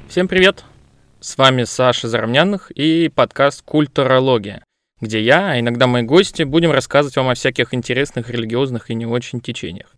Всем привет! С вами Саша Заромняных и подкаст «Культурология», где я, а иногда мои гости, будем рассказывать вам о всяких интересных религиозных и не очень течениях.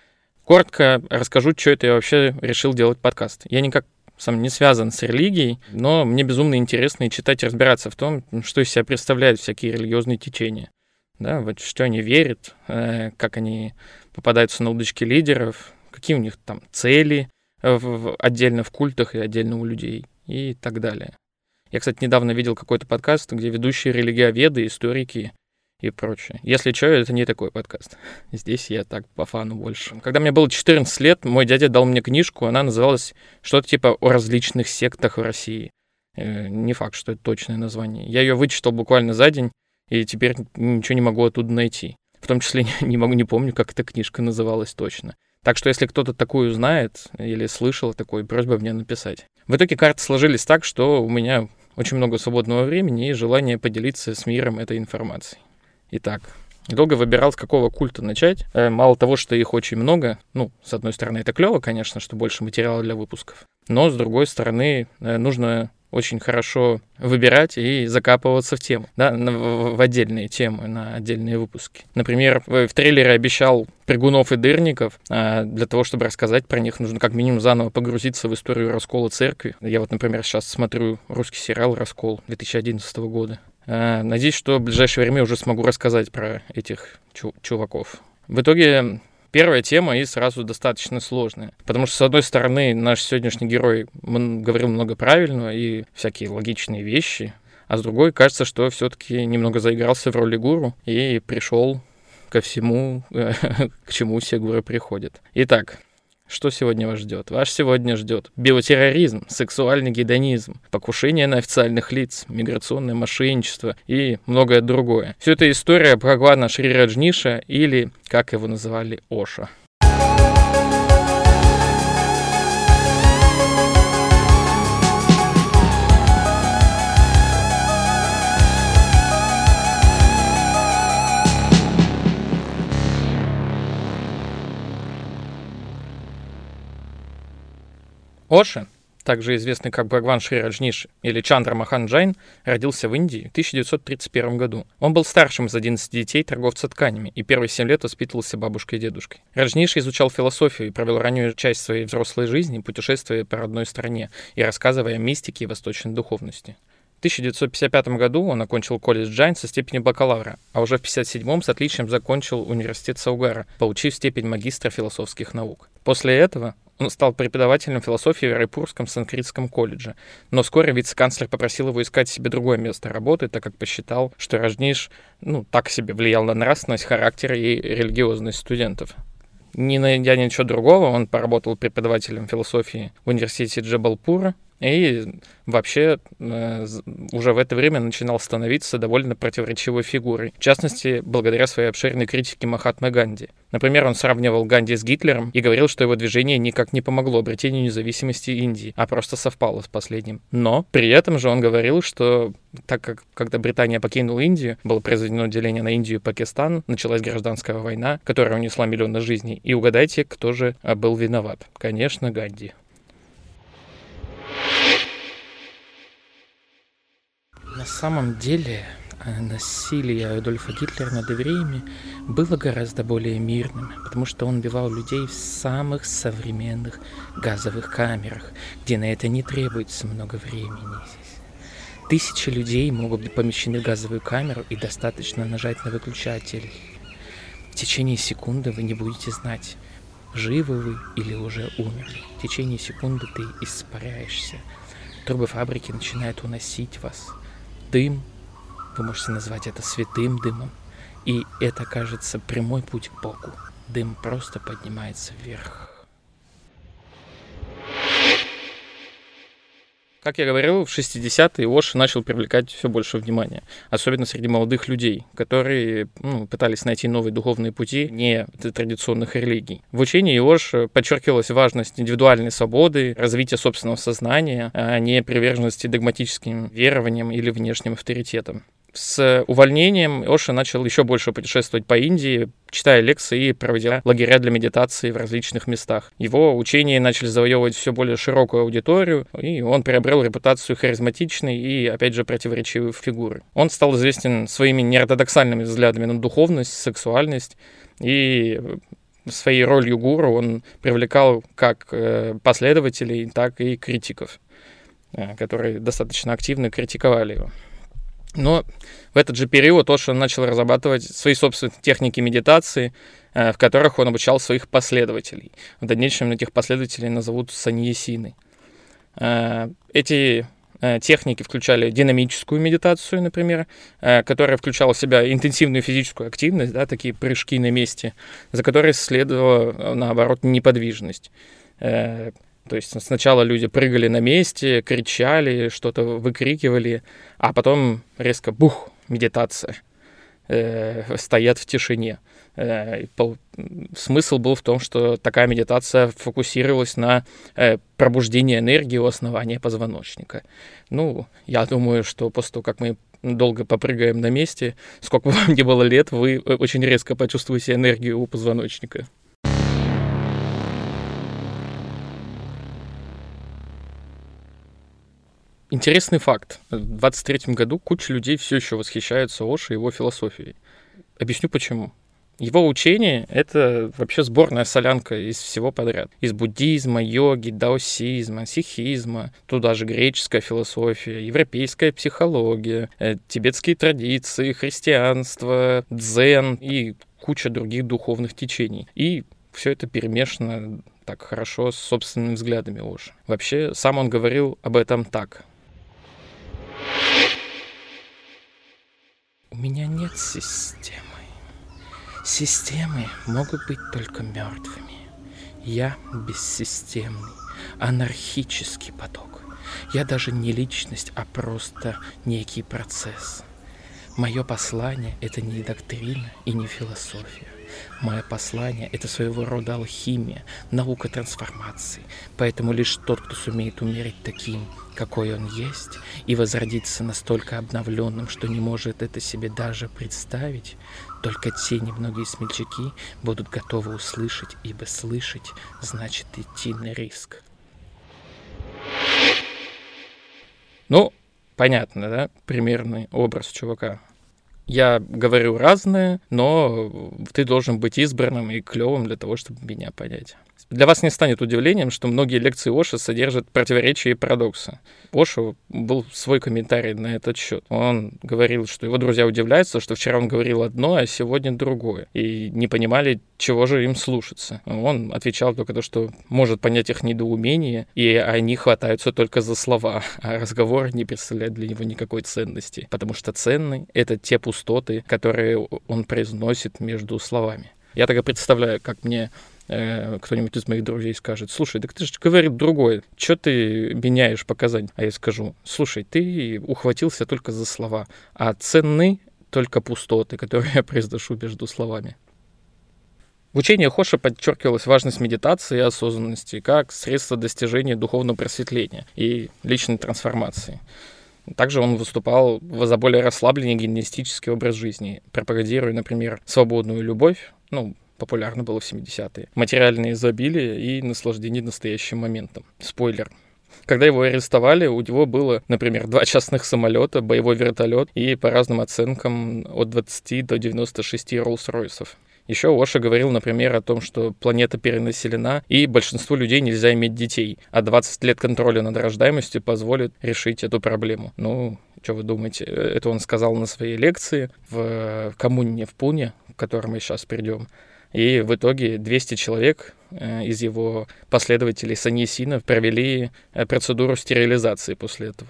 Коротко расскажу, что это я вообще решил делать подкаст. Я никак сам не связан с религией, но мне безумно интересно и читать, и разбираться в том, что из себя представляют всякие религиозные течения. Да, вот что они верят, как они попадаются на удочки лидеров, какие у них там цели отдельно в культах и отдельно у людей и так далее. Я, кстати, недавно видел какой-то подкаст, где ведущие религиоведы, историки и прочее. Если что, это не такой подкаст. Здесь я так по фану больше. Когда мне было 14 лет, мой дядя дал мне книжку, она называлась что-то типа «О различных сектах в России». Не факт, что это точное название. Я ее вычитал буквально за день, и теперь ничего не могу оттуда найти. В том числе не помню, как эта книжка называлась точно. Так что, если кто-то такую знает или слышал о такой, просьба мне написать. В итоге карты сложились так, что у меня очень много свободного времени и желание поделиться с миром этой информацией. Итак, долго выбирал, с какого культа начать. Мало того, что их очень много, с одной стороны, это клево, конечно, что больше материала для выпусков. Но, с другой стороны, нужно очень хорошо выбирать и закапываться в тему, да, в отдельные темы, на отдельные выпуски. Например, в трейлере обещал прыгунов и дырников. Для того, чтобы рассказать про них, нужно как минимум заново погрузиться в историю раскола церкви. Я вот, например, сейчас смотрю русский сериал «Раскол» 2011 года. Надеюсь, что в ближайшее время уже смогу рассказать про этих чуваков. В итоге первая тема и сразу достаточно сложная. Потому что, с одной стороны, наш сегодняшний герой говорил много правильного и всякие логичные вещи, а с другой, кажется, что все-таки немного заигрался в роли гуру и пришел ко всему, к чему все гуру приходят. Итак, что сегодня вас ждет? Вас сегодня ждет биотерроризм, сексуальный гедонизм, покушение на официальных лиц, миграционное мошенничество и многое другое. Все это история Бхагвана Шри Раджниша или, как его называли, Оша. Оша, также известный как Бхагван Шри Раджниш или Чандра Мохан Джайн, родился в Индии в 1931 году. Он был старшим из 11 детей торговца тканями и первые 7 лет воспитывался бабушкой и дедушкой. Раджниш изучал философию и провел раннюю часть своей взрослой жизни, путешествуя по родной стране и рассказывая о мистике и восточной духовности. В 1955 году он окончил колледж Джайн со степенью бакалавра, а уже в 1957 с отличием закончил университет Саугара, получив степень магистра философских наук. После этого он стал преподавателем философии в Райпурском санскритском колледже, но вскоре вице-канцлер попросил его искать себе другое место работы, так как посчитал, что Раджниш так себе влиял на нравственность, характер и религиозность студентов. Не найдя ничего другого, он поработал преподавателем философии в университете Джабалпура и вообще уже в это время начинал становиться довольно противоречивой фигурой. В частности, благодаря своей обширной критике Махатмы Ганди. Например, он сравнивал Ганди с Гитлером и говорил, что его движение никак не помогло обретению независимости Индии, а просто совпало с последним. Но при этом же он говорил, что так как когда Британия покинула Индию, было произведено деление на Индию и Пакистан, началась гражданская война, которая унесла миллионы жизней. И угадайте, кто же был виноват? Конечно, Ганди. На самом деле, насилие Адольфа Гитлера над евреями было гораздо более мирным, потому что он убивал людей в самых современных газовых камерах, где на это не требуется много времени. 1000 людей могут быть помещены в газовую камеру, и достаточно нажать на выключатель. В течение секунды вы не будете знать, живы вы или уже умерли. В течение секунды ты испаряешься. Трубы фабрики начинают уносить вас. Дым, вы можете назвать это святым дымом, и это, кажется, прямой путь к Богу. Дым просто поднимается вверх. Как я говорил, в 60-е Оша начал привлекать все больше внимания, особенно среди молодых людей, которые пытались найти новые духовные пути не традиционных религий. В учении Оша подчеркивалась важность индивидуальной свободы, развития собственного сознания, а не приверженности догматическим верованиям или внешним авторитетам. С увольнением Оша начал еще больше путешествовать по Индии, читая лекции и проводя лагеря для медитации в различных местах. Его учения начали завоевывать все более широкую аудиторию, и он приобрел репутацию харизматичной и, опять же, противоречивой фигуры. Он стал известен своими неортодоксальными взглядами на духовность, сексуальность, и своей ролью гуру он привлекал как последователей, так и критиков, которые достаточно активно критиковали его. Но в этот же период Оша начал разрабатывать свои собственные техники медитации, в которых он обучал своих последователей. В дальнейшем этих последователей назовут саньясины. Эти техники включали динамическую медитацию, например, которая включала в себя интенсивную физическую активность, да, такие прыжки на месте, за которой следовала, наоборот, неподвижность. То есть сначала люди прыгали на месте, кричали, что-то выкрикивали, а потом резко бух, медитация, стоят в тишине. Смысл был в том, что такая медитация фокусировалась на пробуждении энергии у основания позвоночника. Ну, я думаю, что после того, как мы долго попрыгаем на месте, сколько бы вам ни было лет, вы очень резко почувствуете энергию у позвоночника. Интересный факт. В 23 году куча людей все еще восхищаются Ошо и его философией. Объясню почему. Его учение — это вообще сборная солянка из всего подряд. Из буддизма, йоги, даосизма, сикхизма, туда же греческая философия, европейская психология, тибетские традиции, христианство, дзен и куча других духовных течений. И все это перемешано так хорошо с собственными взглядами Ошо. Вообще, сам он говорил об этом так. У меня нет системы. Системы могут быть только мертвыми. Я бессистемный, анархический поток. Я даже не личность, а просто некий процесс. Мое послание — это не доктрина и не философия. Мое послание — это своего рода алхимия, наука трансформации. Поэтому лишь тот, кто сумеет умереть таким, какой он есть, и возродиться настолько обновленным, что не может это себе даже представить, только те немногие смельчаки будут готовы услышать, ибо слышать значит идти на риск. Ну, понятно, да? Примерный образ чувака. Я говорю разное, но ты должен быть избранным и клевым для того, чтобы меня понять. Для вас не станет удивлением, что многие лекции Ошо содержат противоречия и парадоксы. Ошо был свой комментарий на этот счет. Он говорил, что его друзья удивляются, что вчера он говорил одно, а сегодня другое, и не понимали, чего же им слушаться. Он отвечал только то, что может понять их недоумение, и они хватаются только за слова, а разговор не представляет для него никакой ценности, потому что ценны — это те пустоты, которые он произносит между словами. Я так и представляю, как мне кто-нибудь из моих друзей скажет: слушай, так ты же говорит другое, что ты меняешь показания? А я скажу: слушай, ты ухватился только за слова, а ценны только пустоты, которые я произношу между словами. В учениях Ошо подчеркивалась важность медитации и осознанности как средство достижения духовного просветления и личной трансформации. Также он выступал за более расслабленный гедонистический образ жизни, пропагандируя, например, свободную любовь, популярно было в 70-е, материальное изобилие и наслаждение настоящим моментом. Спойлер. Когда его арестовали, у него было, например, 2 частных самолета, боевой вертолет и, по разным оценкам, от 20 до 96 Роллс-Ройсов. Еще Ошо говорил, например, о том, что планета перенаселена, и большинству людей нельзя иметь детей, а 20 лет контроля над рождаемостью позволит решить эту проблему. Что вы думаете? Это он сказал на своей лекции в коммуне в Пуне, к которой мы сейчас придем. И в итоге 200 человек из его последователей саньясинов провели процедуру стерилизации после этого.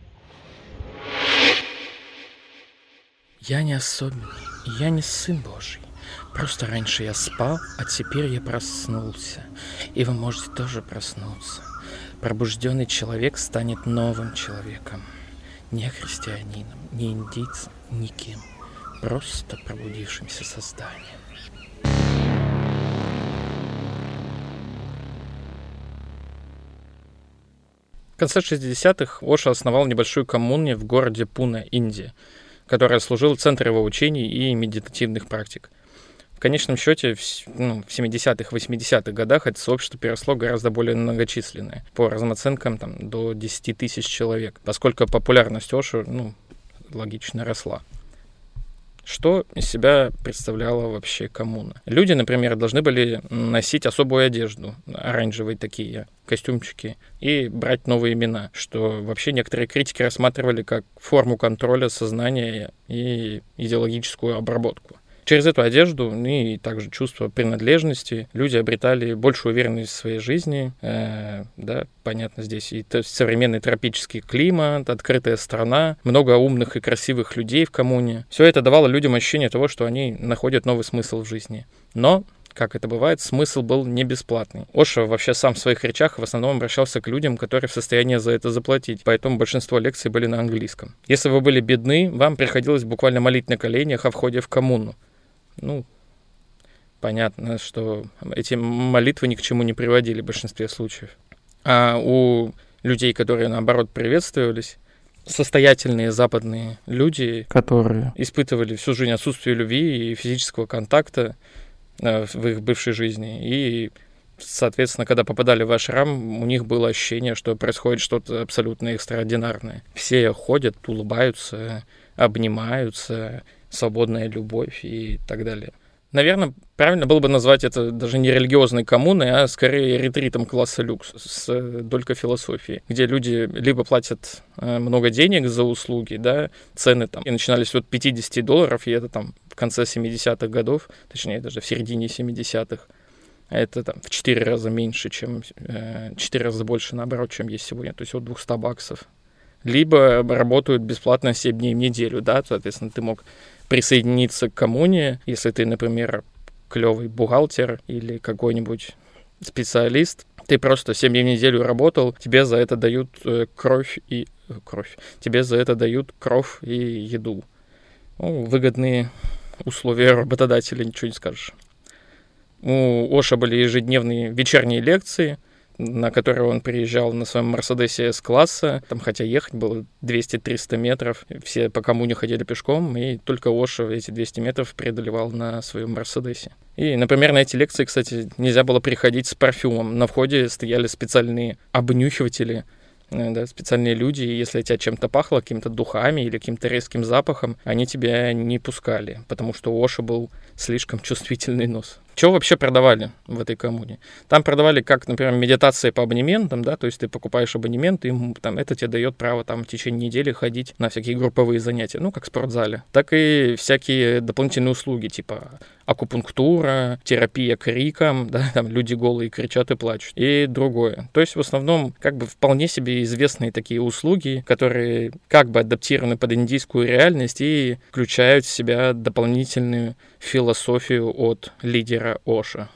Я не особенный, я не сын Божий. Просто раньше я спал, а теперь я проснулся. И вы можете тоже проснуться. Пробужденный человек станет новым человеком. Не христианином, не индийцем, никем. Просто пробудившимся созданием. В конце 60-х Ошо основал небольшую коммуну в городе Пуне, Индия. которая служила центром его учений и медитативных практик. В конечном счете, в 70-х, 80-х годах это сообщество переросло гораздо более многочисленное. По разным оценкам, до 10 тысяч человек, поскольку популярность Ошо, логично, росла. Что из себя представляла вообще коммуна? Люди, например, должны были носить особую одежду, оранжевые такие костюмчики, и брать новые имена, что вообще некоторые критики рассматривали как форму контроля сознания и идеологическую обработку. Через эту одежду и также чувство принадлежности люди обретали большую уверенность в своей жизни. Понятно, здесь и современный тропический климат, открытая страна, много умных и красивых людей в коммуне. Все это давало людям ощущение того, что они находят новый смысл в жизни. Но, как это бывает, смысл был не бесплатный. Ошо вообще сам в своих речах в основном обращался к людям, которые в состоянии за это заплатить, поэтому большинство лекций были на английском. Если вы были бедны, вам приходилось буквально молить на коленях о входе в коммуну. Понятно, что эти молитвы ни к чему не приводили в большинстве случаев. А у людей, которые, наоборот, приветствовались, состоятельные западные люди, которые испытывали всю жизнь отсутствие любви и физического контакта в их бывшей жизни. И, соответственно, когда попадали в ашрам, у них было ощущение, что происходит что-то абсолютно экстраординарное. Все ходят, улыбаются, обнимаются, свободная любовь и так далее. Наверное, правильно было бы назвать это даже не религиозной коммуной, а скорее ретритом класса люкс с долькой философии, где люди либо платят много денег за услуги, цены и начинались от $50, и это в конце 70-х годов, точнее даже в середине 70-х, это в 4 раза меньше, 4 раза больше, наоборот, чем есть сегодня, то есть от $200. Либо работают бесплатно 7 дней в неделю, соответственно, ты мог присоединиться к коммуне, если ты, например, клевый бухгалтер или какой-нибудь специалист, ты просто 7 дней в неделю работал, тебе за это дают кровь, тебе за это дают кровь и еду. Выгодные условия работодателя, ничего не скажешь. У Ошо были ежедневные вечерние лекции, на который он приезжал на своем Мерседесе С-класса. Хотя ехать было 200-300 метров. Все по коммуне ходили пешком, и только Ошо эти 200 метров преодолевал на своем Мерседесе. И, например, на эти лекции, кстати, нельзя было приходить с парфюмом. На входе стояли специальные обнюхиватели, специальные люди, и если от тебя чем-то пахло, какими-то духами или каким-то резким запахом, они тебя не пускали, потому что у Ошо был слишком чувствительный нос. Что вообще продавали в этой коммуне? Там продавали, как, например, медитации по абонементам, то есть ты покупаешь абонемент, и это тебе дает право в течение недели ходить на всякие групповые занятия, как в спортзале. Так и всякие дополнительные услуги, типа акупунктура, терапия криком, люди голые кричат и плачут, и другое. То есть в основном вполне себе известные такие услуги, которые адаптированы под индийскую реальность и включают в себя дополнительную философию от лидера Ошо.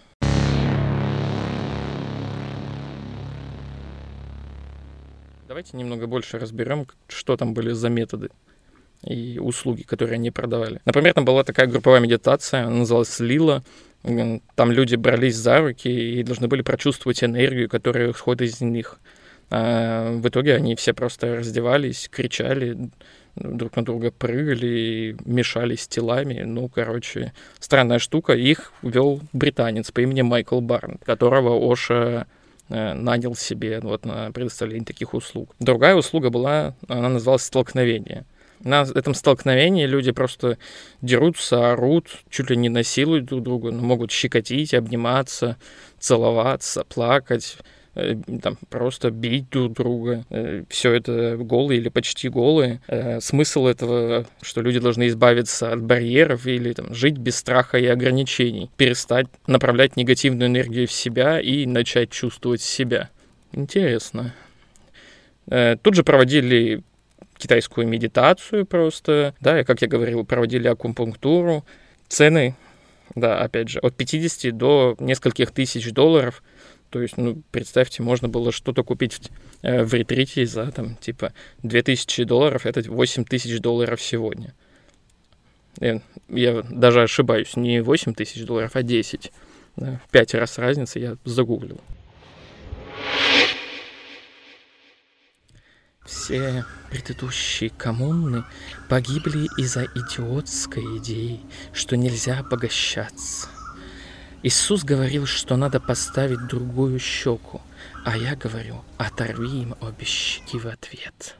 Давайте немного больше разберем, что там были за методы и услуги, которые они продавали. Например, там была такая групповая медитация, она называлась «Лила». Там люди брались за руки и должны были прочувствовать энергию, которая исходит из них. А в итоге они все просто раздевались, кричали, друг на друга прыгали, мешались телами. Странная штука. Их вел британец по имени Майкл Барн, которого Ошо нанял себе на предоставление таких услуг. Другая услуга была, она называлась «Столкновение». На этом столкновении люди просто дерутся, орут, чуть ли не насилуют друг друга, могут щекотить, обниматься, целоваться, плакать, просто бить друг друга. Все это голые или почти голые. Смысл этого, что люди должны избавиться от барьеров или жить без страха и ограничений, перестать направлять негативную энергию в себя и начать чувствовать себя. Интересно. Тут же проводили китайскую медитацию просто, и, как я говорил, проводили акупунктуру. Цены, опять же, от 50 до нескольких тысяч $. То есть, представьте, можно было что-то купить в ретрите за, $2000, это $8000 сегодня. Я даже ошибаюсь, не $8000, а 10. В 5 раз разница, я загуглил. Все предыдущие коммуны погибли из-за идиотской идеи, что нельзя обогащаться. Иисус говорил, что надо поставить другую щеку, а я говорю, оторви им обе щеки в ответ.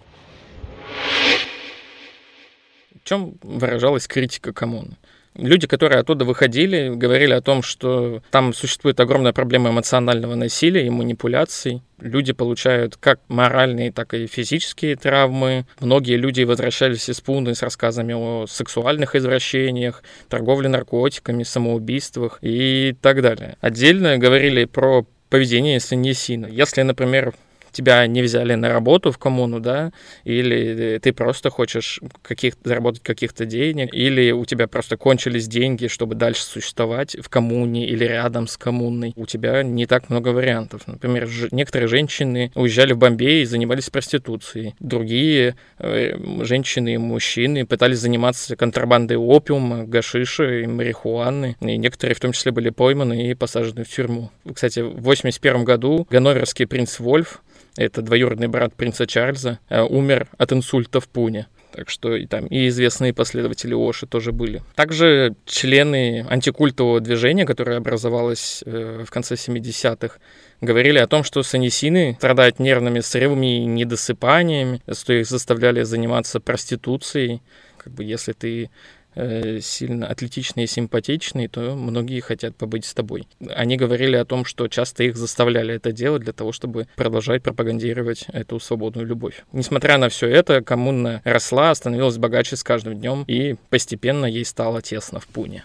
В чем выражалась критика коммуны? Люди, которые оттуда выходили, говорили о том, что там существует огромная проблема эмоционального насилия и манипуляций. Люди получают как моральные, так и физические травмы. Многие люди возвращались из Пуны с рассказами о сексуальных извращениях, торговле наркотиками, самоубийствах и так далее. Отдельно говорили про поведение саньясина. Если, например, тебя не взяли на работу в коммуну, да, или ты просто хочешь заработать каких-то денег, или у тебя просто кончились деньги, чтобы дальше существовать в коммуне или рядом с коммуной, у тебя не так много вариантов. Например, некоторые женщины уезжали в Бомбей и занимались проституцией. Другие женщины и мужчины пытались заниматься контрабандой опиума, гашиша и марихуаны. И некоторые в том числе были пойманы и посажены в тюрьму. Кстати, в 1981 году ганноверский принц Вольф, это двоюродный брат принца Чарльза, умер от инсульта в Пуне. Так что и там и известные последователи Оши тоже были. Также члены антикультового движения, которое образовалось в конце 70-х, говорили о том, что саньясины страдают нервными срывами и недосыпаниями, что их заставляли заниматься проституцией. Если ты сильно атлетичный и симпатичный, то многие хотят побыть с тобой. Они говорили о том, что часто их заставляли это делать для того, чтобы продолжать пропагандировать эту свободную любовь. Несмотря на все это, коммуна росла, становилась богаче с каждым днем, и постепенно ей стало тесно в Пуне.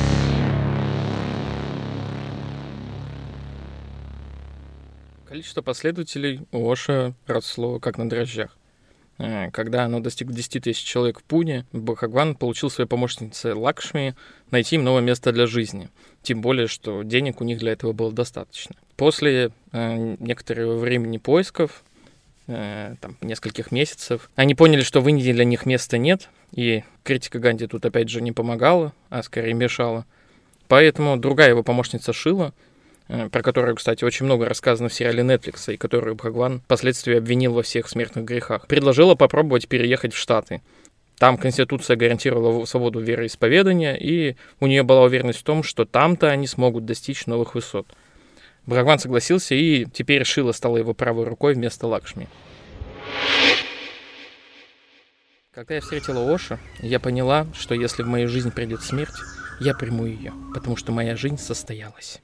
Количество последователей у Оши росло как на дрожжах. Когда оно достигло 10 тысяч человек в Пуне, Бхагван получил своей помощнице Лакшми найти им новое место для жизни. Тем более, что денег у них для этого было достаточно. После некоторого времени поисков, нескольких месяцев, они поняли, что в Индии для них места нет, и критика Ганди тут опять же не помогала, а скорее мешала. Поэтому другая его помощница Шила, про которую, кстати, очень много рассказано в сериале Netflix, и которую Бхагван впоследствии обвинил во всех смертных грехах, предложила попробовать переехать в Штаты. Там Конституция гарантировала свободу вероисповедания, и у нее была уверенность в том, что там-то они смогут достичь новых высот. Бхагван согласился, и теперь Шила стала его правой рукой вместо Лакшми. Когда я встретила Ошу, я поняла, что если в мою жизнь придет смерть, я приму ее, потому что моя жизнь состоялась.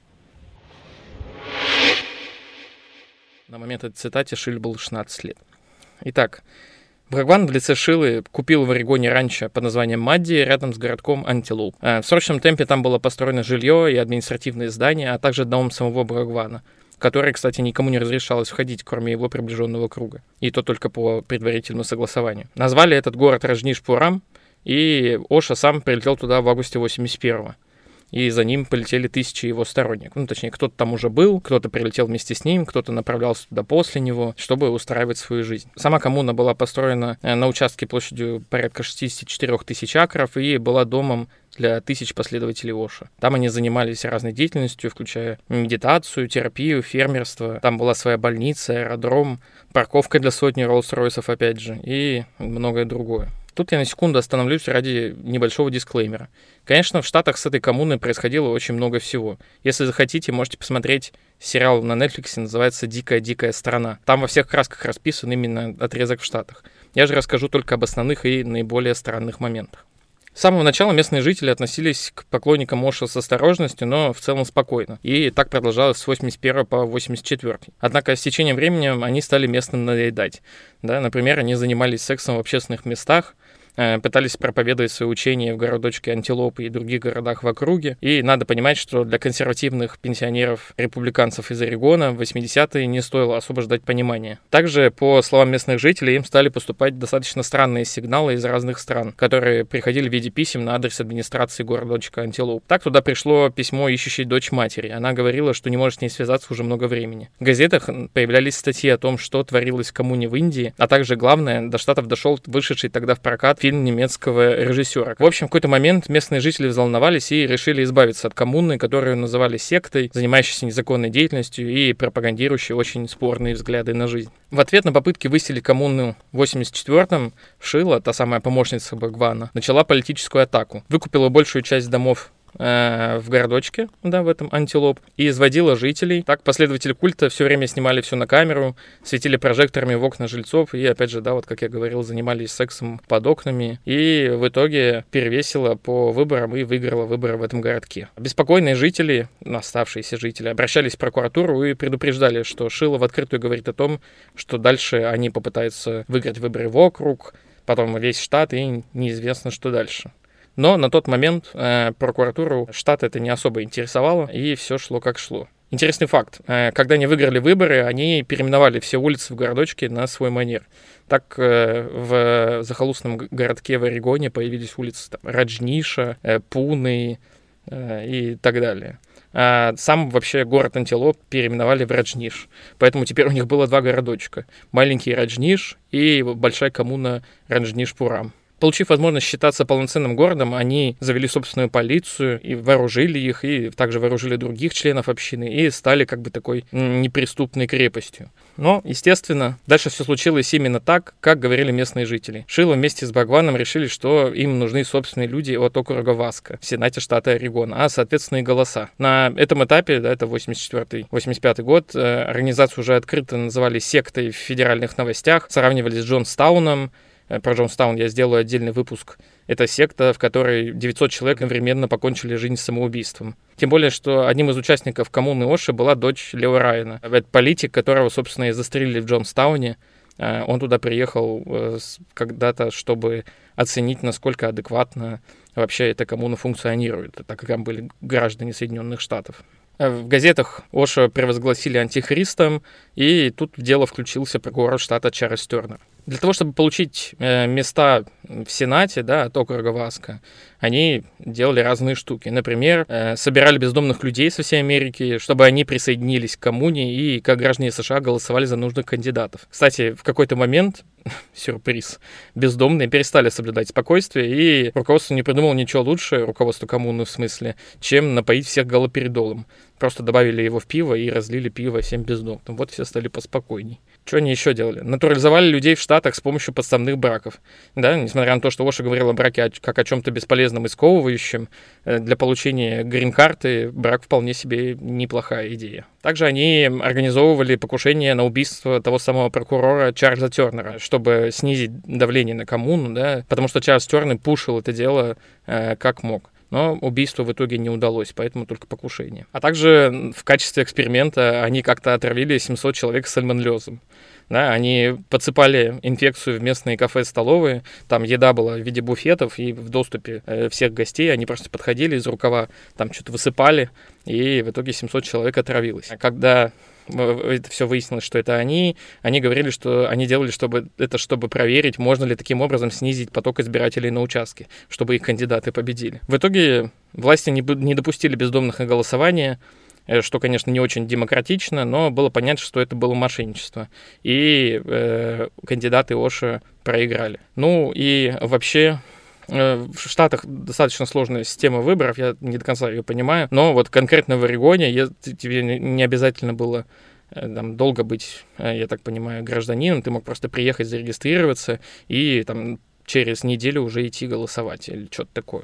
На момент этой цитаты Шиле было 16 лет. Итак, Бхагван в лице Шилы купил в Орегоне ранчо под названием Мадди рядом с городком Антилоуп. В срочном темпе там было построено жилье и административные здания, а также дом самого Бхагвана, который, кстати, никому не разрешалось входить, кроме его приближенного круга. И то только по предварительному согласованию. Назвали этот город Раджнишпурам, и Оша сам прилетел туда в августе 81-го. И за ним полетели тысячи его сторонников. Точнее, кто-то там уже был, кто-то прилетел вместе с ним, кто-то направлялся туда после него, чтобы устраивать свою жизнь. Сама коммуна была построена на участке площадью порядка 64 тысяч акров и была домом для тысяч последователей Оши. Там они занимались разной деятельностью, включая медитацию, терапию, фермерство. Там была своя больница, аэродром, парковка для сотни Роллс-Ройсов, опять же, и многое другое. Тут я на секунду остановлюсь ради небольшого дисклеймера. Конечно, в Штатах с этой коммуной происходило очень много всего. Если захотите, можете посмотреть сериал на Netflix, называется «Дикая-дикая страна». Там во всех красках расписан именно отрезок в Штатах. Я же расскажу только об основных и наиболее странных моментах. С самого начала местные жители относились к поклонникам Оши с осторожностью, но в целом спокойно. И так продолжалось с 81 по 84. Однако с течением времени они стали местным надоедать. Например, они занимались сексом в общественных местах, пытались проповедовать свои учения в городочке Антилопы и других городах в округе. И надо понимать, что для консервативных пенсионеров-республиканцев из Орегона в 80-е не стоило особо ждать понимания. Также, по словам местных жителей, им стали поступать достаточно странные сигналы из разных стран, которые приходили в виде писем на адрес администрации городочка Антилоп. Так туда пришло письмо ищущей дочь матери. Она говорила, что не может с ней связаться уже много времени. В газетах появлялись статьи о том, что творилось в коммуне в Индии, а также, главное, до Штатов дошел вышедший тогда в прокат фильм немецкого режиссера. В общем, в какой-то момент местные жители взволновались и решили избавиться от коммуны, которую называли сектой, занимающейся незаконной деятельностью и пропагандирующей очень спорные взгляды на жизнь. В ответ на попытки выселить коммуну в 1984-м Шила, та самая помощница Бхагвана, начала политическую атаку. Выкупила большую часть домов в городочке, да, в этом Антилоп, и изводила жителей. Так последователи культа все время снимали все на камеру, светили прожекторами в окна жильцов и, опять же, да, вот как я говорил, занимались сексом под окнами, и в итоге перевесила по выборам и выиграла выборы в этом городке. Обеспокоенные жители, оставшиеся жители, обращались в прокуратуру и предупреждали, что Шила в открытую говорит о том, что дальше они попытаются выиграть выборы в округ, потом весь штат, и неизвестно, что дальше. Но на тот момент прокуратуру штата это не особо интересовало, и все шло как шло. Интересный факт. Когда они выиграли выборы, они переименовали все улицы в городочке на свой манер. Так в захолустном городке в Орегоне появились улицы там, Раджниша, Пуны и так далее. А сам вообще город Антилоп переименовали в Раджниш. Поэтому теперь у них было два городочка. Маленький Раджниш и большая коммуна Раджниш-Пурам. Получив возможность считаться полноценным городом, они завели собственную полицию и вооружили их, и также вооружили других членов общины, и стали как бы такой неприступной крепостью. Но, естественно, дальше все случилось именно так, как говорили местные жители. Шила вместе с Бхагваном решили, что им нужны собственные люди от округа Васка в Сенате штата Орегон, а, соответственно, и голоса. На этом этапе, да, это 84-85 год, организацию уже открыто называли сектой в федеральных новостях, сравнивали с Джонстауном. Про Джонстаун я сделаю отдельный выпуск. Это секта, в которой 900 человек одновременно покончили жизнь самоубийством. Тем более, что одним из участников коммуны Оши была дочь Лео Райана. Это политик, которого, собственно, и застрелили в Джонстауне. Он туда приехал когда-то, чтобы оценить, насколько адекватно вообще эта коммуна функционирует, так как там были граждане Соединенных Штатов. В газетах Оша превозгласили антихристом, и тут в дело включился прокурор штата Чарльз Тернер. Для того, чтобы получить места в Сенате, да, от округа Васка, они делали разные штуки. Например, собирали бездомных людей со всей Америки, чтобы они присоединились к коммуне и, как граждане США, голосовали за нужных кандидатов. Кстати, в какой-то момент, сюрприз, бездомные перестали соблюдать спокойствие, и руководство не придумало ничего лучше, руководство коммуны в смысле, чем напоить всех галоперидолом. Просто добавили его в пиво и разлили пиво всем бездомным. Вот все стали поспокойней. Что они еще делали? Натурализовали людей в Штатах с помощью подставных браков. Да, несмотря на то, что Оша говорил о браке как о чем-то бесполезном и сковывающем, для получения грин-карты брак вполне себе неплохая идея. Также они организовывали покушение на убийство того самого прокурора Чарльза Тернера, чтобы снизить давление на коммуну, да, потому что Чарльз Тернер пушил это дело как мог. Но убийство в итоге не удалось, поэтому только покушение. А также в качестве эксперимента они как-то отравили 700 человек сальмонеллезом. Да, они подсыпали инфекцию в местные кафе-столовые, там еда была в виде буфетов, и в доступе всех гостей они просто подходили из рукава, там что-то высыпали, и в итоге 700 человек отравилось. А когда это все выяснилось, что это они говорили, что они делали чтобы проверить, можно ли таким образом снизить поток избирателей на участке, чтобы их кандидаты победили. В итоге власти не допустили бездомных на голосование, что, конечно, не очень демократично, но было понятно, что это было мошенничество. И кандидаты Оши проиграли. Ну и вообще в Штатах достаточно сложная система выборов, я не до конца ее понимаю, но вот конкретно в Орегоне тебе не обязательно было там долго быть, я так понимаю, гражданином, ты мог просто приехать, зарегистрироваться и там через неделю уже идти голосовать или что-то такое.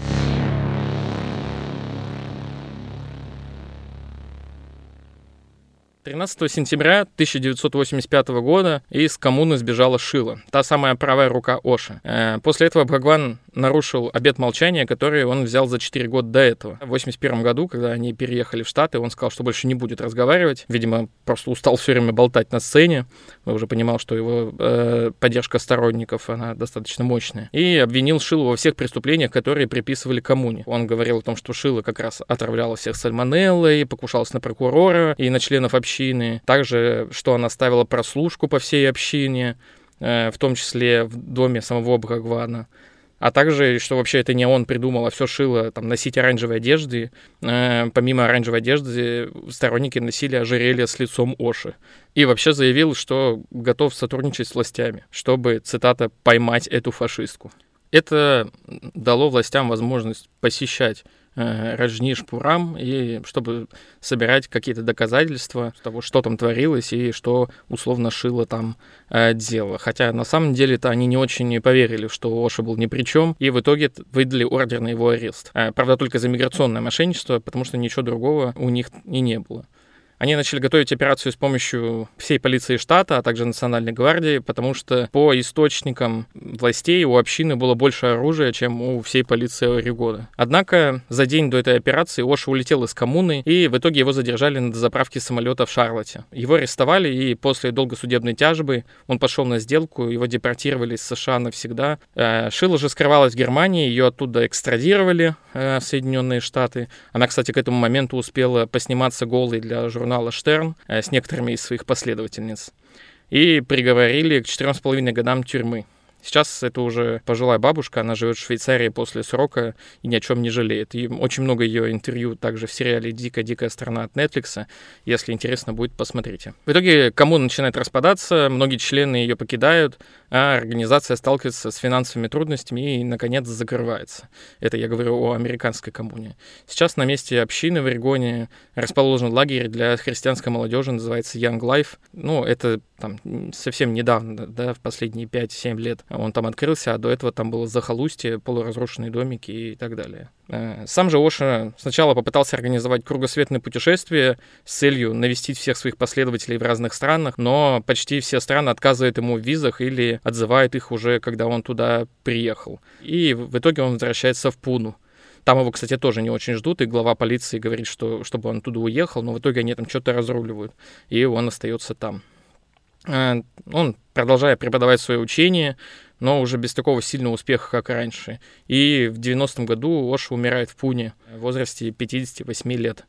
13 сентября 1985 года из коммуны сбежала Шила, та самая правая рука Оши. После этого Бхагван нарушил обет молчания, который он взял за 4 года до этого. В 1981 году, когда они переехали в Штаты, он сказал, что больше не будет разговаривать. Видимо, просто устал все время болтать на сцене. Он уже понимал, что его поддержка сторонников, она достаточно мощная. И обвинил Шилу во всех преступлениях, которые приписывали коммуне. Он говорил о том, что Шила как раз отравляла всех сальмонеллой, покушалась на прокурора и на членов общины. Также, что она ставила прослушку по всей общине, в том числе в доме самого Бхагвана. А также, что вообще это не он придумал, а все шило там носить оранжевые одежды. Помимо оранжевой одежды, сторонники носили ожерелье с лицом Оши. И вообще заявил, что готов сотрудничать с властями, чтобы, цитата, «поймать эту фашистку». Это дало властям возможность посещать Раджниш-Пурам, и чтобы собирать какие-то доказательства того, что там творилось и что условно шило там дело. Хотя на самом деле-то они не очень поверили, что Оша был ни при чем, и в итоге выдали ордер на его арест. Правда, только за миграционное мошенничество, потому что ничего другого у них и не было. Они начали готовить операцию с помощью всей полиции штата, а также Национальной гвардии, потому что по источникам властей у общины было больше оружия, чем у всей полиции Орегона. Однако за день до этой операции Оша улетел из коммуны, и в итоге его задержали на дозаправке самолета в Шарлотте. Его арестовали, и после долгой судебной тяжбы он пошел на сделку, его депортировали из США навсегда. Шила же скрывалась в Германии, ее оттуда экстрадировали в Соединенные Штаты. Она, кстати, к этому моменту успела посниматься голой для журнала «Штерн» с некоторыми из своих последовательниц. И приговорили к 4,5 годам тюрьмы. Сейчас это уже пожилая бабушка, она живет в Швейцарии после срока и ни о чем не жалеет. И очень много ее интервью также в сериале «Дикая страна» от Netflix. Если интересно будет, посмотрите. В итоге коммуна начинает распадаться, многие члены ее покидают, а организация сталкивается с финансовыми трудностями и, наконец, закрывается. Это я говорю о американской коммуне. Сейчас на месте общины в Орегоне расположен лагерь для христианской молодежи, называется Young Life. Ну, это там совсем недавно, да, в последние 5-7 лет он там открылся, а до этого там было захолустье, полуразрушенные домики и так далее. Сам же Оша сначала попытался организовать кругосветное путешествие с целью навестить всех своих последователей в разных странах, но почти все страны отказывают ему в визах или отзывают их уже, когда он туда приехал. И в итоге он возвращается в Пуну. Там его, кстати, тоже не очень ждут, и глава полиции говорит, что чтобы он туда уехал, но в итоге они там что-то разруливают, и он остается там. Он продолжает преподавать свое учение, но уже без такого сильного успеха, как раньше. И в 90-м году Оша умирает в Пуне в возрасте 58 лет.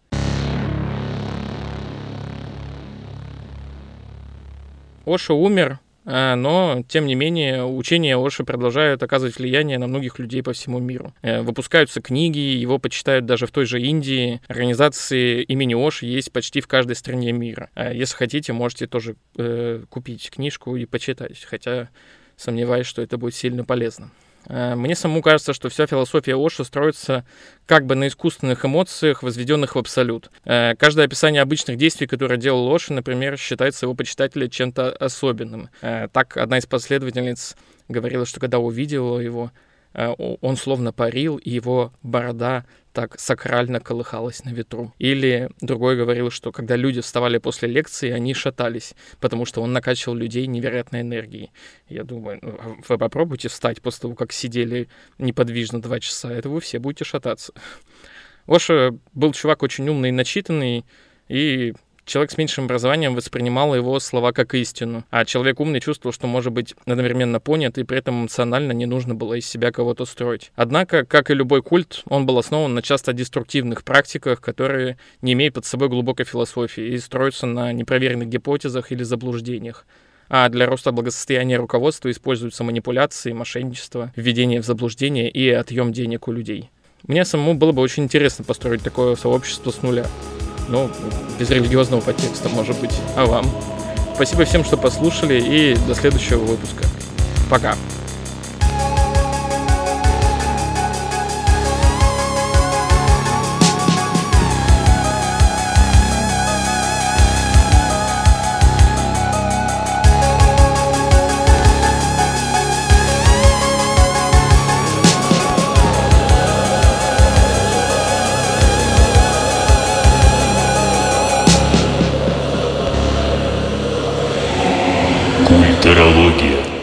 Оша умер, но, тем не менее, учения Оши продолжают оказывать влияние на многих людей по всему миру. Выпускаются книги, его почитают даже в той же Индии. Организации имени Оши есть почти в каждой стране мира. Если хотите, можете тоже купить книжку и почитать, хотя сомневаюсь, что это будет сильно полезно. Мне самому кажется, что вся философия Оши строится как бы на искусственных эмоциях, возведенных в абсолют. Каждое описание обычных действий, которые делал Оши, например, считается его почитателя чем-то особенным. Так, одна из последовательниц говорила, что когда увидела его, он словно парил, и его борода так сакрально колыхалась на ветру. Или другой говорил, что когда люди вставали после лекции, они шатались, потому что он накачивал людей невероятной энергией. Я думаю, вы попробуйте встать после того, как сидели неподвижно 2 часа, это вы все будете шататься. Оша был чувак очень умный и начитанный, и человек с меньшим образованием воспринимал его слова как истину, а человек умный чувствовал, что может быть одновременно понят, и при этом эмоционально не нужно было из себя кого-то строить. Однако, как и любой культ, он был основан на часто деструктивных практиках, которые не имеют под собой глубокой философии и строятся на непроверенных гипотезах или заблуждениях. А для роста благосостояния руководства используются манипуляции, мошенничество, введение в заблуждение и отъем денег у людей. Мне самому было бы очень интересно построить такое сообщество с нуля. Ну, без религиозного подтекста, может быть. А вам? Спасибо всем, что послушали, и до следующего выпуска. Пока. Культурология.